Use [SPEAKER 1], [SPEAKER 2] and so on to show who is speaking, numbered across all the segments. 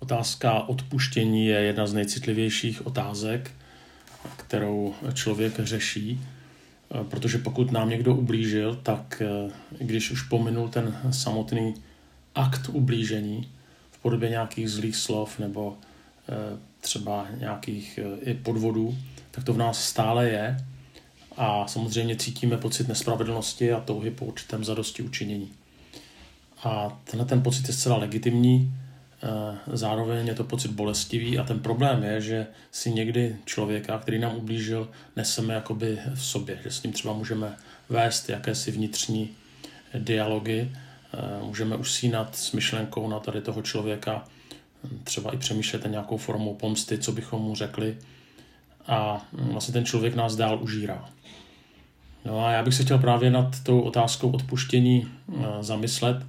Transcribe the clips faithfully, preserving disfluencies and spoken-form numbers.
[SPEAKER 1] Otázka odpuštění je jedna z nejcitlivějších otázek, kterou člověk řeší, protože pokud nám někdo ublížil, tak když už pominul ten samotný akt ublížení v podobě nějakých zlých slov nebo třeba nějakých i podvodů, tak to v nás stále je a samozřejmě cítíme pocit nespravedlnosti a touhy po určitém zadosti učinění. A tenhle ten pocit je zcela legitimní, zároveň je to pocit bolestivý a ten problém je, že si někdy člověka, který nám ublížil, neseme jakoby v sobě, že s ním třeba můžeme vést jakési vnitřní dialogy, můžeme usínat s myšlenkou na tady toho člověka, třeba i přemýšlet nějakou formou pomsty, co bychom mu řekli a vlastně ten člověk nás dál užírá. No a já bych se chtěl právě nad tou otázkou odpuštění zamyslet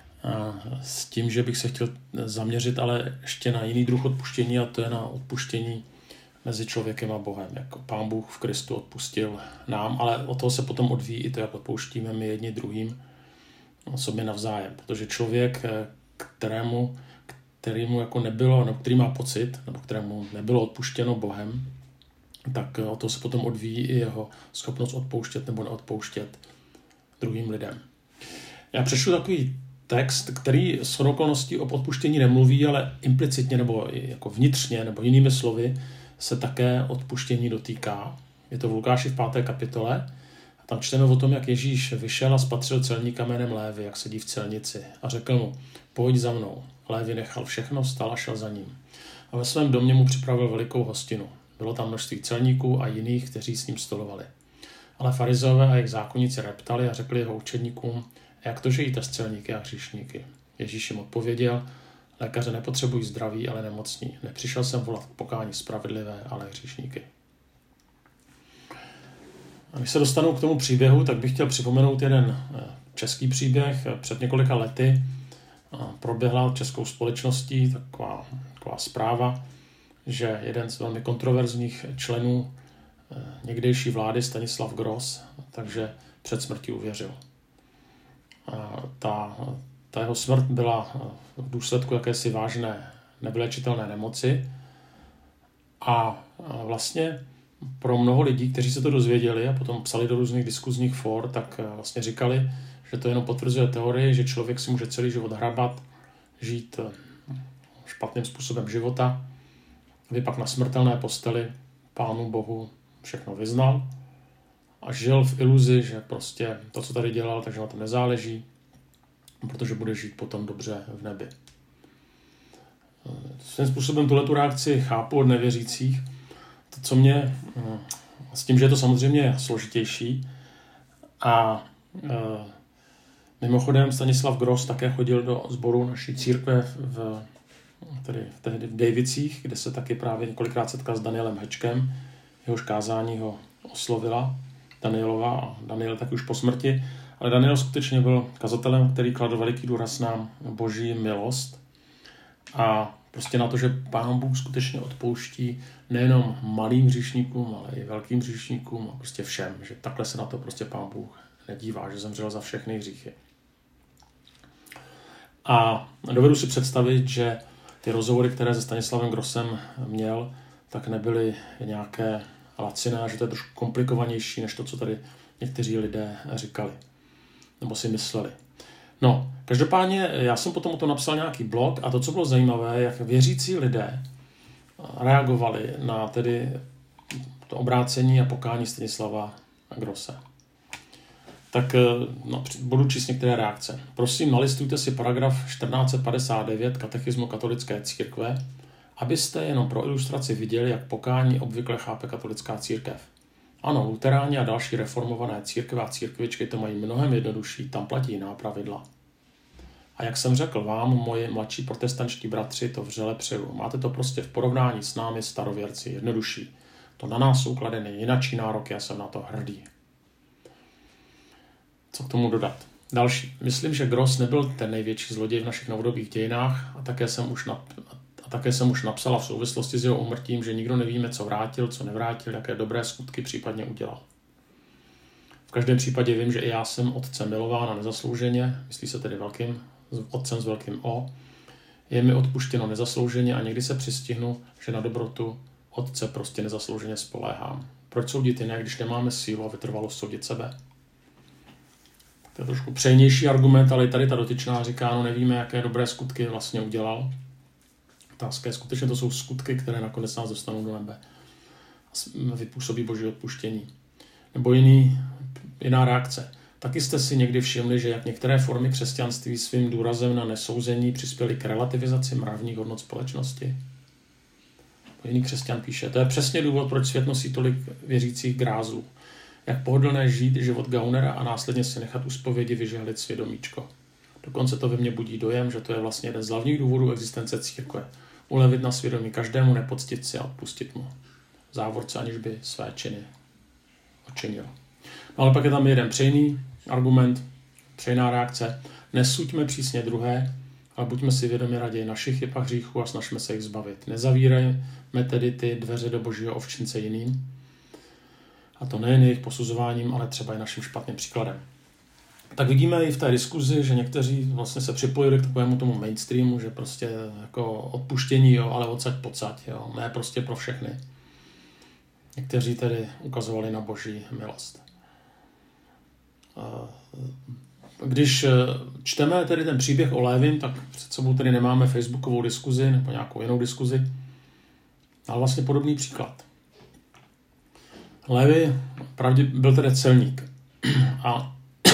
[SPEAKER 1] s tím, že bych se chtěl zaměřit ale ještě na jiný druh odpuštění a to je na odpuštění mezi člověkem a Bohem. Jako Pán Bůh v Kristu odpustil nám, ale od toho se potom odvíjí i to, jak odpouštíme my jedni druhým sobě navzájem. Protože člověk, kterému, kterému jako nebylo, nebo který má pocit, nebo kterému nebylo odpuštěno Bohem, tak od toho se potom odvíjí i jeho schopnost odpouštět nebo neodpouštět druhým lidem. Já přečtu takový text, který s okolností o odpuštění nemluví, ale implicitně nebo jako vnitřně nebo jinými slovy se také odpuštění dotýká. Je to v Lukáši v páté kapitole. A tam čteme o tom, jak Ježíš vyšel a spatřil celníka jménem Lévi, jak sedí v celnici. A řekl mu, pojď za mnou. Lévi nechal všechno, vstal a šel za ním. A ve svém domě mu připravil velikou hostinu. Bylo tam množství celníků a jiných, kteří s ním stolovali. Ale farizeové a jejich zákonníci reptali a řekli jeho učedníkům, jak to, že jíte s celníky a hříšníky? Ježíš jim odpověděl, lékaře nepotřebují zdraví, ale nemocní. Nepřišel jsem volat k pokání spravedlivé, ale hříšníky. A když se dostanu k tomu příběhu, tak bych chtěl připomenout jeden český příběh. Před několika lety proběhla českou společností taková, taková zpráva, že jeden z velmi kontroverzních členů někdejší vlády, Stanislav Gross, takže před smrtí uvěřil. Ta, ta jeho smrt byla v důsledku jakési vážné nevylečitelné nemoci a vlastně pro mnoho lidí, kteří se to dozvěděli a potom psali do různých diskuzních for, tak vlastně říkali, že to jenom potvrzuje teorii, že člověk si může celý život hrabat, žít špatným způsobem života, aby pak na smrtelné posteli Pánu Bohu všechno vyznal a žil v iluzi, že prostě to, co tady dělal, takže na to nezáleží, protože bude žít potom dobře v nebi. Svým způsobem tuhletu reakci chápu od nevěřících. To, co mě, s tím, že je to samozřejmě složitější a e, mimochodem Stanislav Gross také chodil do sboru naší církve v, tedy tehdy v Davicích, kde se taky právě několikrát setkal s Danielem Hečkem, jehož kázání ho oslovila Danielova a Daniel tak už po smrti, ale Daniel skutečně byl kazatelem, který kladl veliký důraz na boží milost a prostě na to, že Pán Bůh skutečně odpouští nejenom malým hříšníkům, ale i velkým hříšníkům a prostě všem, že takhle se na to prostě Pán Bůh nedívá, že zemřel za všechny hříchy. A dovedu si představit, že ty rozhovory, které se Stanislavem Grossem měl, tak nebyly nějaké laciné, že to je trošku komplikovanější, než to, co tady někteří lidé říkali, nebo si mysleli. No, každopádně já jsem potom o tom napsal nějaký blog a to, co bylo zajímavé, jak věřící lidé reagovali na tedy to obrácení a pokání Stanislava Grosse. Tak no, budu číst některé reakce. Prosím, nalistujte si paragraf čtrnáct padesát devět Katechismu katolické církve, abyste jenom pro ilustraci viděli, jak pokání obvykle chápe katolická církev. Ano, luteráni a další reformované církve a církvičky to mají mnohem jednodušší, tam platí jiná pravidla. A jak jsem řekl vám, moji mladší protestančtí bratři, to vřele přeju. Máte to prostě v porovnání s námi starověrci jednodušší. To na nás jsou kladeny jinačí nároky, já jsem na to hrdý. Co k tomu dodat? Další. Myslím, že Gross nebyl ten největší zloděj v našich novodobých dějinách a také jsem už, nap- a také jsem už napsala v souvislosti s jeho úmrtím, že nikdo nevíme, co vrátil, co nevrátil, jaké dobré skutky případně udělal. V každém případě vím, že i já jsem otcem milován a nezaslouženě, myslí se tedy velkým, otcem s velkým O. Je mi odpuštěno nezaslouženě a někdy se přistihnu, že na dobrotu Otce prostě nezaslouženě spoléhám. Proč soudit jiné, když nemáme sílu a vytrvalost soudit sebe? To je trošku přejnější argument, ale tady ta dotyčná říká, no nevíme, jaké dobré skutky vlastně udělal. Otázka je, skutečně to jsou skutky, které nakonec nás dostanou do nebe. Vypůsobí Boží odpuštění. Nebo jiný, jiná reakce. Taky jste si někdy všimli, že jak některé formy křesťanství svým důrazem na nesouzení přispěly k relativizaci mravních hodnot společnosti? Jiný křesťan píše, to je přesně důvod, proč svět nosí tolik věřících grázů. Jak pohodlné žít život gaunera a následně si nechat u zpovědi vyžehlit svědomíčko. Dokonce to ve mně budí dojem, že to je vlastně jeden z hlavních důvodů existence církve. Ulevit na svědomí každému, nepoctit si a odpustit mu. V závorce, aniž by své činy očinil. No ale pak je tam jeden přejný argument, přejná reakce. Nesuďme přísně druhé, ale buďme si vědomi raději našich chyb a hříchů a snažme se jich zbavit. Nezavírejme tedy ty dveře do Božího ovčince jiným. A to nejen jejich posuzováním, ale třeba i naším špatným příkladem. Tak vidíme i v té diskuzi, že někteří vlastně se připojili k takovému tomu mainstreamu, že prostě jako odpuštění, jo, ale odsaď pocať, jo, ne prostě pro všechny. Někteří tedy ukazovali na Boží milost. Když čteme tedy ten příběh o Lévim, tak před sebou tedy nemáme facebookovou diskuzi nebo nějakou jinou diskuzi, ale vlastně podobný příklad. Lévi pravdě byl tedy celník a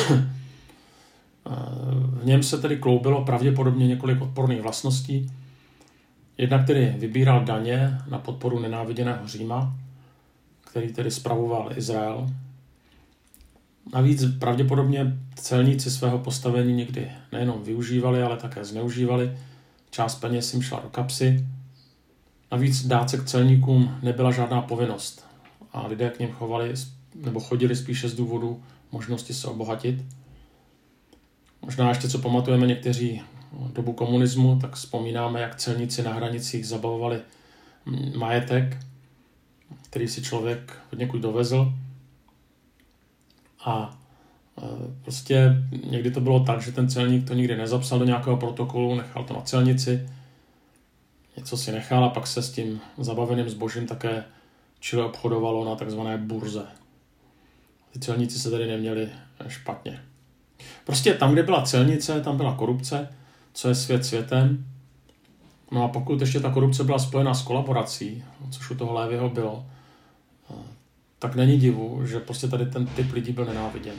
[SPEAKER 1] v něm se tedy kloubilo pravděpodobně několik odporných vlastností. Jednak tedy vybíral daně na podporu nenáviděného Říma, který tedy spravoval Izrael. Navíc pravděpodobně celníci svého postavení někdy nejenom využívali, ale také zneužívali. Část peněz jim šla do kapsy. Navíc dát se k celníkům nebyla žádná povinnost a lidé k nim chovali nebo chodili spíše z důvodu možnosti se obohatit. Možná ještě co pamatujeme někteří dobu komunismu, tak vzpomínáme, jak celníci na hranicích zabavovali majetek, který si člověk od někud dovezl. A prostě někdy to bylo tak, že ten celník to nikdy nezapsal do nějakého protokolu, nechal to na celnici, něco si nechal a pak se s tím zabaveným zbožím také čile obchodovalo na takzvané burze. Ty celníci se tedy neměli špatně. Prostě tam, kde byla celnice, tam byla korupce, co je svět světem. No a pokud ještě ta korupce byla spojena s kolaborací, což u toho Léviho bylo, tak není divu, že prostě tady ten typ lidí byl nenáviděn.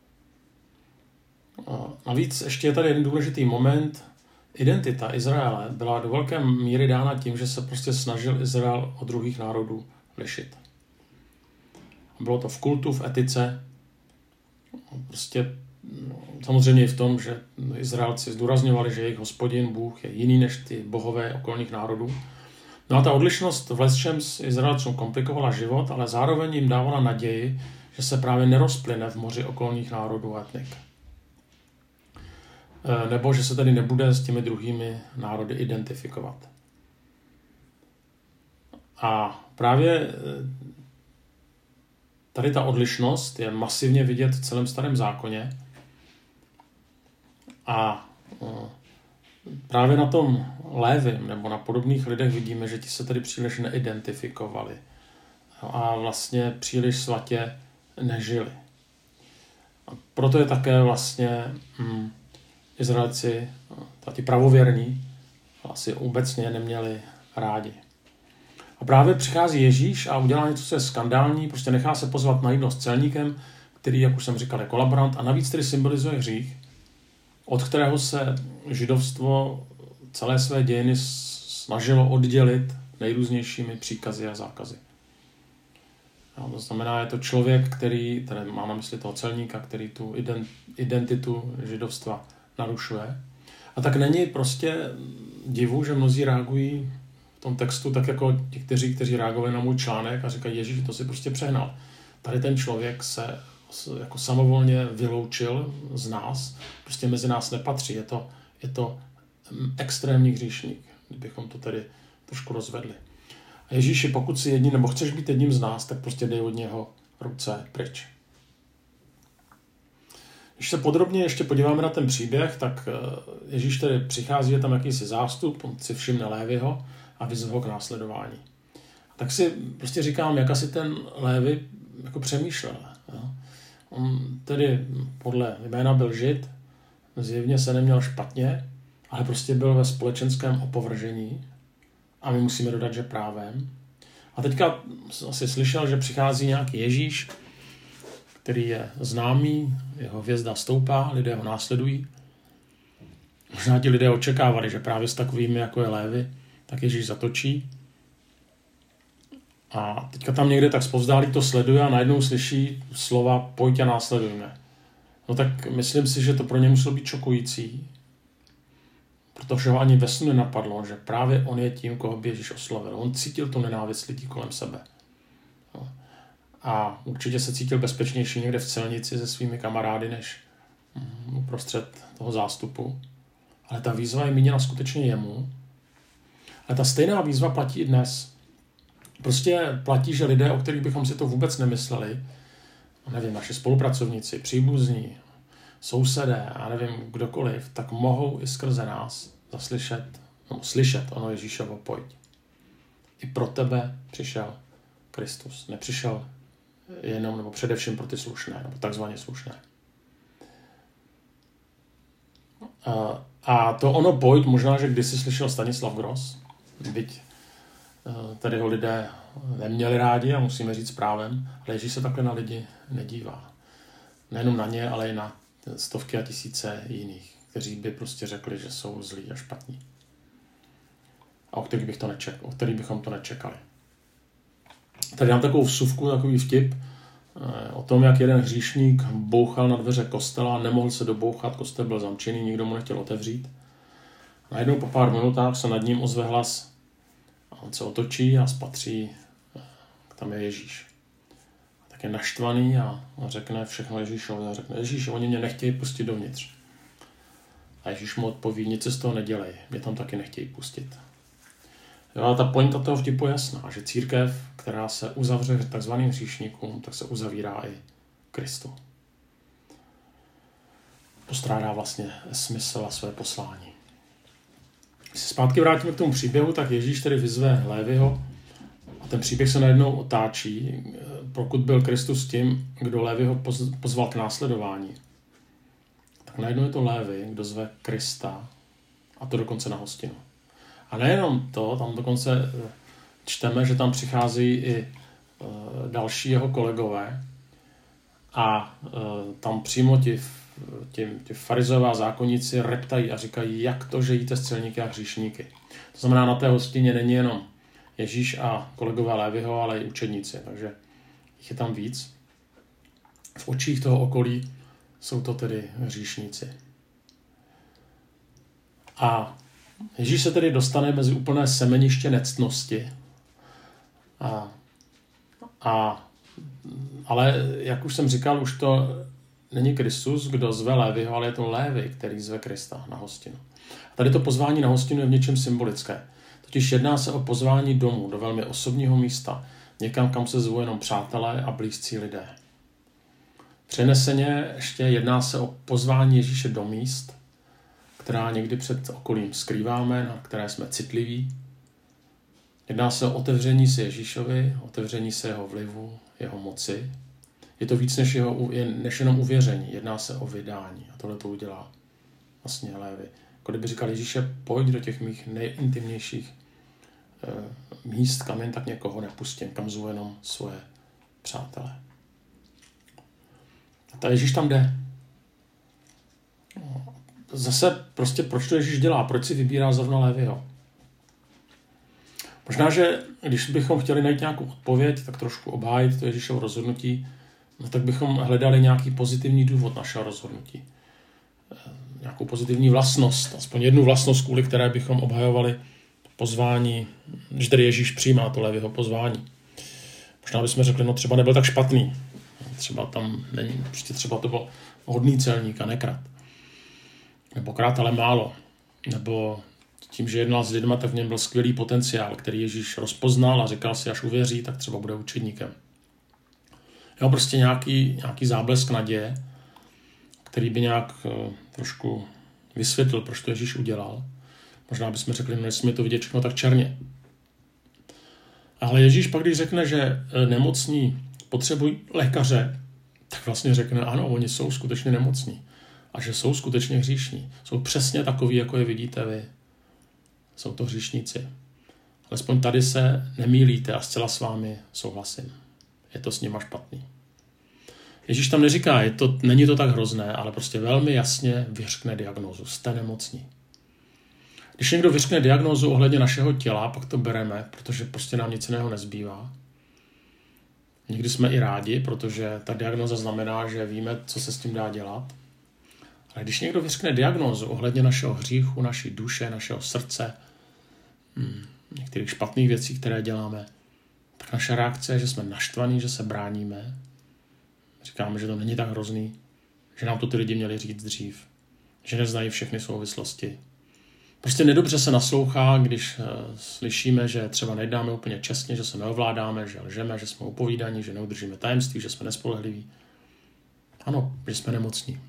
[SPEAKER 1] Navíc ještě je tady jeden důležitý moment. Identita Izraele byla do velké míry dána tím, že se prostě snažil Izrael od druhých národů lišit. Bylo to v kultu, v etice, prostě samozřejmě i v tom, že Izraelci zdůrazňovali, že jejich hospodin, Bůh, je jiný než ty bohové okolních národů. No a ta odlišnost v lesčem s Izraelcům komplikovala život, ale zároveň jim dávala naději, že se právě nerozplyne v moři okolních národů a etnik. Nebo že se tedy nebude s těmi druhými národy identifikovat. A právě tady ta odlišnost je masivně vidět v celém Starém zákoně. A právě na tom Lévim nebo na podobných lidech vidíme, že ti se tady příliš neidentifikovali a vlastně příliš svatě nežili. A proto je také vlastně hm, Izraelci, ti pravověrní, asi obecně neměli rádi. A právě přichází Ježíš a udělá něco, co je skandální, prostě nechá se pozvat na jídlo s celníkem, který, jak už jsem říkal, je kolaborant a navíc tedy symbolizuje hřích, od kterého se židovstvo celé své dějiny snažilo oddělit nejrůznějšími příkazy a zákazy. A to znamená, je to člověk, který, tady má na mysli toho celníka, který tu identitu židovstva narušuje. A tak není prostě divu, že mnozí reagují v tom textu tak jako někteří, kteří reagovali na můj článek a říkají, Ježíš, to si prostě přehnal. Tady ten člověk se jako samovolně vyloučil z nás, prostě mezi nás nepatří. Je to, je to extrémní hříšník, kdybychom to tedy trošku rozvedli. A Ježíši, pokud si jedním, nebo chceš být jedním z nás, tak prostě dej od něho ruce pryč. Když se podrobně ještě podíváme na ten příběh, tak Ježíš tedy přichází, je tam jakýsi zástup, on si všimne Léviho a vyzve ho k následování. Tak si prostě říkám, jak asi ten Lévi jako přemýšlel. Jo? On tedy podle jména byl Žid, zjevně se neměl špatně, ale prostě byl ve společenském opovržení a my musíme dodat, že právem. A teďka asi slyšel, že přichází nějaký Ježíš, který je známý, jeho hvězda stoupá, lidé ho následují. Možná ti lidé očekávali, že právě s takovými, jako je Lévi, tak Ježíš zatočí. A teďka tam někde tak zpovzdálí to sleduje a najednou slyší slova pojď a následujme. No tak myslím si, že to pro ně muselo být šokující, protože ho ani ve snu nenapadlo, že právě on je tím, koho by Ježíš oslovil. On cítil tu nenávist lidí kolem sebe. No. A určitě se cítil bezpečnější někde v celnici se svými kamarády, než uprostřed toho zástupu. Ale ta výzva je míněna skutečně jemu. Ale ta stejná výzva platí i dnes. Prostě platí, že lidé, o kterých bychom si to vůbec nemysleli, nevím, naši spolupracovníci, příbuzní, sousedé a nevím, kdokoliv, tak mohou i skrze nás zaslyšet, no, slyšet ono Ježíšovo pojď. I pro tebe přišel Kristus. Nepřišel jenom nebo především pro ty slušné, nebo takzvaně slušné. A to ono pojď, možná, že kdysi slyšel Stanislav Gross, byť tady ho lidé neměli rádi a musíme říct právem, ale Ježíš se takhle na lidi nedívá. Nejenom na ně, ale i na stovky a tisíce jiných, kteří by prostě řekli, že jsou zlí a špatní. A o kterých, bych to neček, o kterých bychom to nečekali. Tady mám takovou vsuvku, takový vtip o tom, jak jeden hříšník bouchal na dveře kostela a nemohl se dobouchat, kostel byl zamčený, nikdo mu nechtěl otevřít. Najednou po pár minutách se nad ním ozve hlas a on se otočí a spatří, tam je Ježíš. Tak je naštvaný a řekne všechno Ježíšovi a řekne, Ježíš, oni mě nechtějí pustit dovnitř. A Ježíš mu odpoví, nic se z toho nedělej, mě tam taky nechtějí pustit. Jo, a ta pointa toho vtipu je jasná, že církev, která se uzavře takzvaným hříšníkům, tak se uzavírá i Kristu. Postrádá vlastně smysl a své poslání. Když se zpátky vrátíme k tomu příběhu, tak Ježíš tedy vyzve Léviho a ten příběh se najednou otáčí, pokud byl Kristus tím, kdo Léviho pozval k následování. Tak najednou je to Lévi, kdo zve Krista a to dokonce na hostinu. A nejenom to, tam dokonce čteme, že tam přicházejí i další jeho kolegové a tam přímo ti, ti, ti farizové a zákonníci reptají a říkají, jak to, že jíte s celníky a hříšníky. To znamená, na té hostině není jenom Ježíš a kolegové Léviho, ale i učedníci, takže jich je tam víc. V očích toho okolí jsou to tedy hříšníci. A Ježíš se tedy dostane mezi úplné semeniště nectnosti. A, a, ale, jak už jsem říkal, už to není Kristus, kdo zve Léviho, ale je to Lévi, který zve Krista na hostinu. A tady to pozvání na hostinu je v něčem symbolické. Totiž jedná se o pozvání domů, do velmi osobního místa, někam, kam se zvou jenom přátelé a blízcí lidé. Přeneseně ještě jedná se o pozvání Ježíše do míst, která někdy před okolím skrýváme, na které jsme citliví. Jedná se o otevření se Ježíšovi, otevření se jeho vlivu, jeho moci. Je to víc než, jeho, než jenom uvěření, jedná se o vydání. A tohle to udělá vlastně Lévi. Jako kdyby říkal Ježíše, pojď do těch mých nejintimnějších e, míst, kam jen tak někoho nepustím, kam zvu jenom svoje přátele. A ta Ježíš tam jde. Zase prostě proč to Ježíš dělá? Proč si vybírá zrovna Léviho? Možná, že když bychom chtěli najít nějakou odpověď, tak trošku obhájit to Ježíšovo rozhodnutí, no tak bychom hledali nějaký pozitivní důvod našeho rozhodnutí. Nějakou pozitivní vlastnost, aspoň jednu vlastnost, kvůli které bychom obhajovali pozvání, že tedy Ježíš přijímá to Léviho pozvání. Možná bychom řekli, no třeba nebyl tak špatný. Třeba tam není, prostě třeba to byl hodný celník a nekrat. Nebo krát, ale málo. Nebo tím, že jednal s lidma, tak v něm byl skvělý potenciál, který Ježíš rozpoznal a říkal si, až uvěří, tak třeba bude učedníkem. Jo, prostě nějaký, nějaký záblesk naděje, který by nějak uh, trošku vysvětlil, proč to Ježíš udělal. Možná bychom řekli, no nesmí to vidět všechno tak černě. Ale Ježíš pak, když řekne, že nemocní potřebují lékaře, tak vlastně řekne, ano, oni jsou skutečně nemocní. A že jsou skutečně hříšní. Jsou přesně takoví, jako je vidíte vy. Jsou to hříšníci. Alespoň tady se nemýlíte a zcela s vámi souhlasím. Je to s nima špatný. Ježíš tam neříká, je to, není to tak hrozné, ale prostě velmi jasně vyřkne diagnózu. Jste nemocní. Když někdo vyřkne diagnózu ohledně našeho těla, pak to bereme, protože prostě nám nic jiného nezbývá. Někdy jsme i rádi, protože ta diagnóza znamená, že víme, co se s tím dá dělat. Ale když někdo vyřkne diagnózu ohledně našeho hříchu, naší duše, našeho srdce, hmm, některých špatných věcí, které děláme, tak naše reakce je, že jsme naštvaní, že se bráníme. Říkáme, že to není tak hrozný, že nám to ty lidi měli říct dřív, že neznají všechny souvislosti. Prostě nedobře se naslouchá, když uh, slyšíme, že třeba nejednáme úplně čestně, že se neovládáme, že lžeme, že jsme upovídaní, že neudržíme tajemství, že jsme nespolehliví. Ano, že jsme nemocní.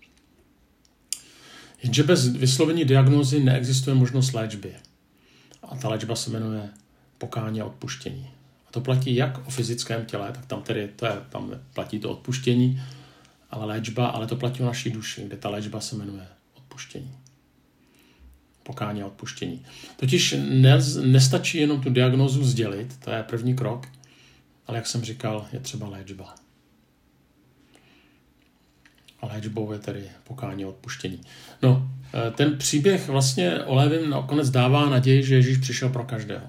[SPEAKER 1] Jenže bez vyslovení diagnózy neexistuje možnost léčby. A ta léčba se jmenuje pokání a odpuštění. A to platí jak o fyzickém těle, tak tam tedy to je, tam platí to odpuštění, ale léčba, ale to platí o naší duši, kde ta léčba se jmenuje odpuštění. Pokání a odpuštění. Totiž ne, nestačí jenom tu diagnózu sdělit, to je první krok, ale jak jsem říkal, je třeba léčba. A léčbou je tedy pokání a odpuštění. No, ten příběh vlastně o Lévim nakonec dává naději, že Ježíš přišel pro každého.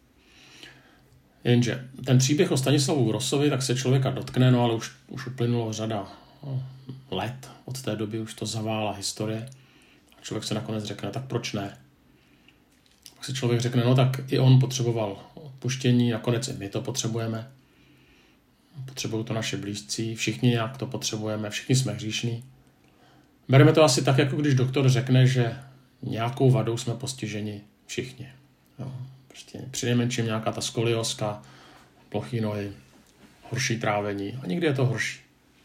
[SPEAKER 1] Jenže ten příběh o Stanislavu Grossovi tak se člověka dotkne, no ale už, už uplynulo řada no, let od té doby, už to zavála historie. A člověk se nakonec řekne, tak proč ne? Pak si člověk řekne, no tak i on potřeboval odpuštění, nakonec i my to potřebujeme. Potřebují to naše blízcí, všichni nějak to potřebujeme, všichni jsme hříšní. Bereme to asi tak, jako když doktor řekne, že nějakou vadou jsme postiženi všichni. Jo, prostě přinejmenším nějaká ta skolioska, plochý nohy, horší trávení a někdy je to horší.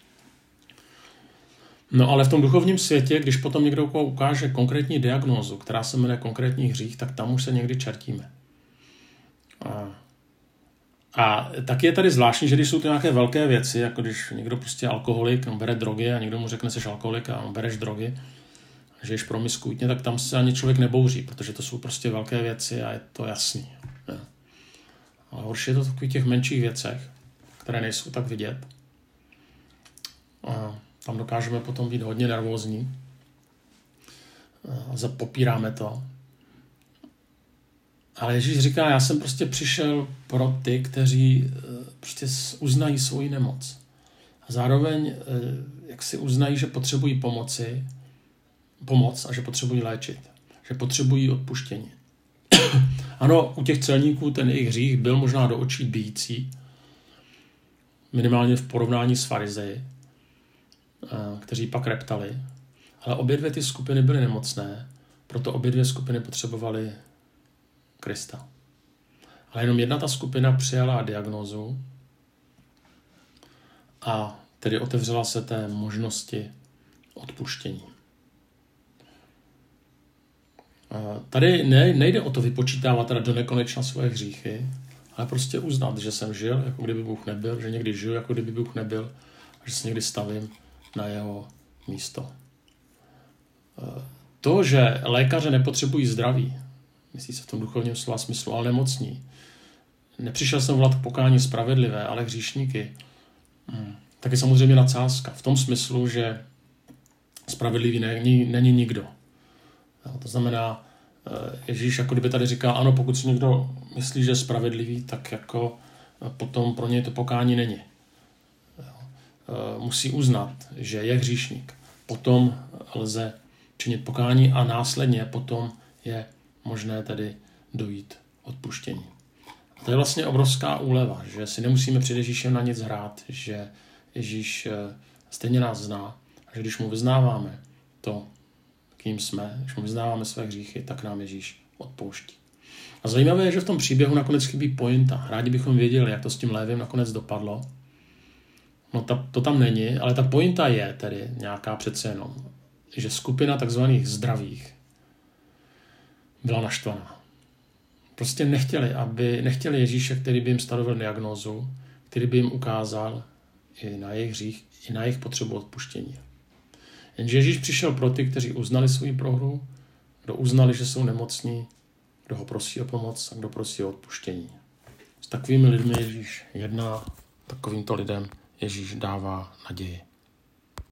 [SPEAKER 1] No ale v tom duchovním světě, když potom někdo ukáže konkrétní diagnózu, která se jmenuje konkrétní hřích, tak tam už se někdy čertíme. A A tak je tady zvláštní, že když jsou to nějaké velké věci, jako když někdo prostě je alkoholik, on bere drogy a někdo mu řekne, jsi alkoholik a on bereš drogy, že ješ promiskuitně, tak tam se ani člověk nebouří, protože to jsou prostě velké věci a je to jasný. Ne? Ale horší je to v takových těch menších věcech, které nejsou tak vidět. A tam dokážeme potom být hodně nervózní. A zapopíráme to. Ale Ježíš říká, já jsem prostě přišel pro ty, kteří prostě uznají svoji nemoc. A zároveň, jak si uznají, že potřebují pomoci, pomoc a že potřebují léčit. Že potřebují odpuštění. Ano, u těch celníků ten jejich hřích byl možná do očí bijící, minimálně v porovnání s farizeji, kteří pak reptali. Ale obě dvě ty skupiny byly nemocné, proto obě dvě skupiny potřebovaly Krista. Ale jenom jedna ta skupina přijala diagnózu a tedy otevřela se té možnosti odpuštění. Tady nejde o to vypočítávat teda do nekonečna svoje hříchy, ale prostě uznat, že jsem žil, jako kdyby Bůh nebyl, že někdy žil, jako kdyby Bůh nebyl a že se někdy stavím na jeho místo. To, že lékaře nepotřebují zdraví, myslí se v tom duchovním slova smyslu, ale nemocní. Nepřišel jsem volat k pokání spravedlivé, ale hříšníky. Hmm. Tak je samozřejmě nadsázka. V tom smyslu, že spravedlivý není, není nikdo. Jo, to znamená, Ježíš jako kdyby tady říká, ano, pokud si někdo myslí, že je spravedlivý, tak jako potom pro něj to pokání není. Jo. Musí uznat, že je hříšník. Potom lze činit pokání a následně potom je možné tedy dojít odpuštění. A to je vlastně obrovská úleva, že si nemusíme před Ježíšem na nic hrát, že Ježíš stejně nás zná a že když mu vyznáváme to, kým jsme, když mu vyznáváme své hříchy, tak nám Ježíš odpouští. A zajímavé je, že v tom příběhu nakonec chybí pointa. Rádi bychom věděli, jak to s tím Lévim nakonec dopadlo. No ta, to tam není, ale ta pointa je tedy nějaká přece jenom, že skupina takzvaných zdravých byla naštvaná. Prostě nechtěli, aby, nechtěli Ježíše, který by jim stanovil diagnózu, který by jim ukázal i na jejich hřích, i na jejich potřebu odpuštění. Jenže Ježíš přišel pro ty, kteří uznali svou prohru, kdo uznali, že jsou nemocní, kdo ho prosí o pomoc a kdo prosí o odpuštění. S takovými lidmi Ježíš jedná, takovýmto lidem Ježíš dává naději.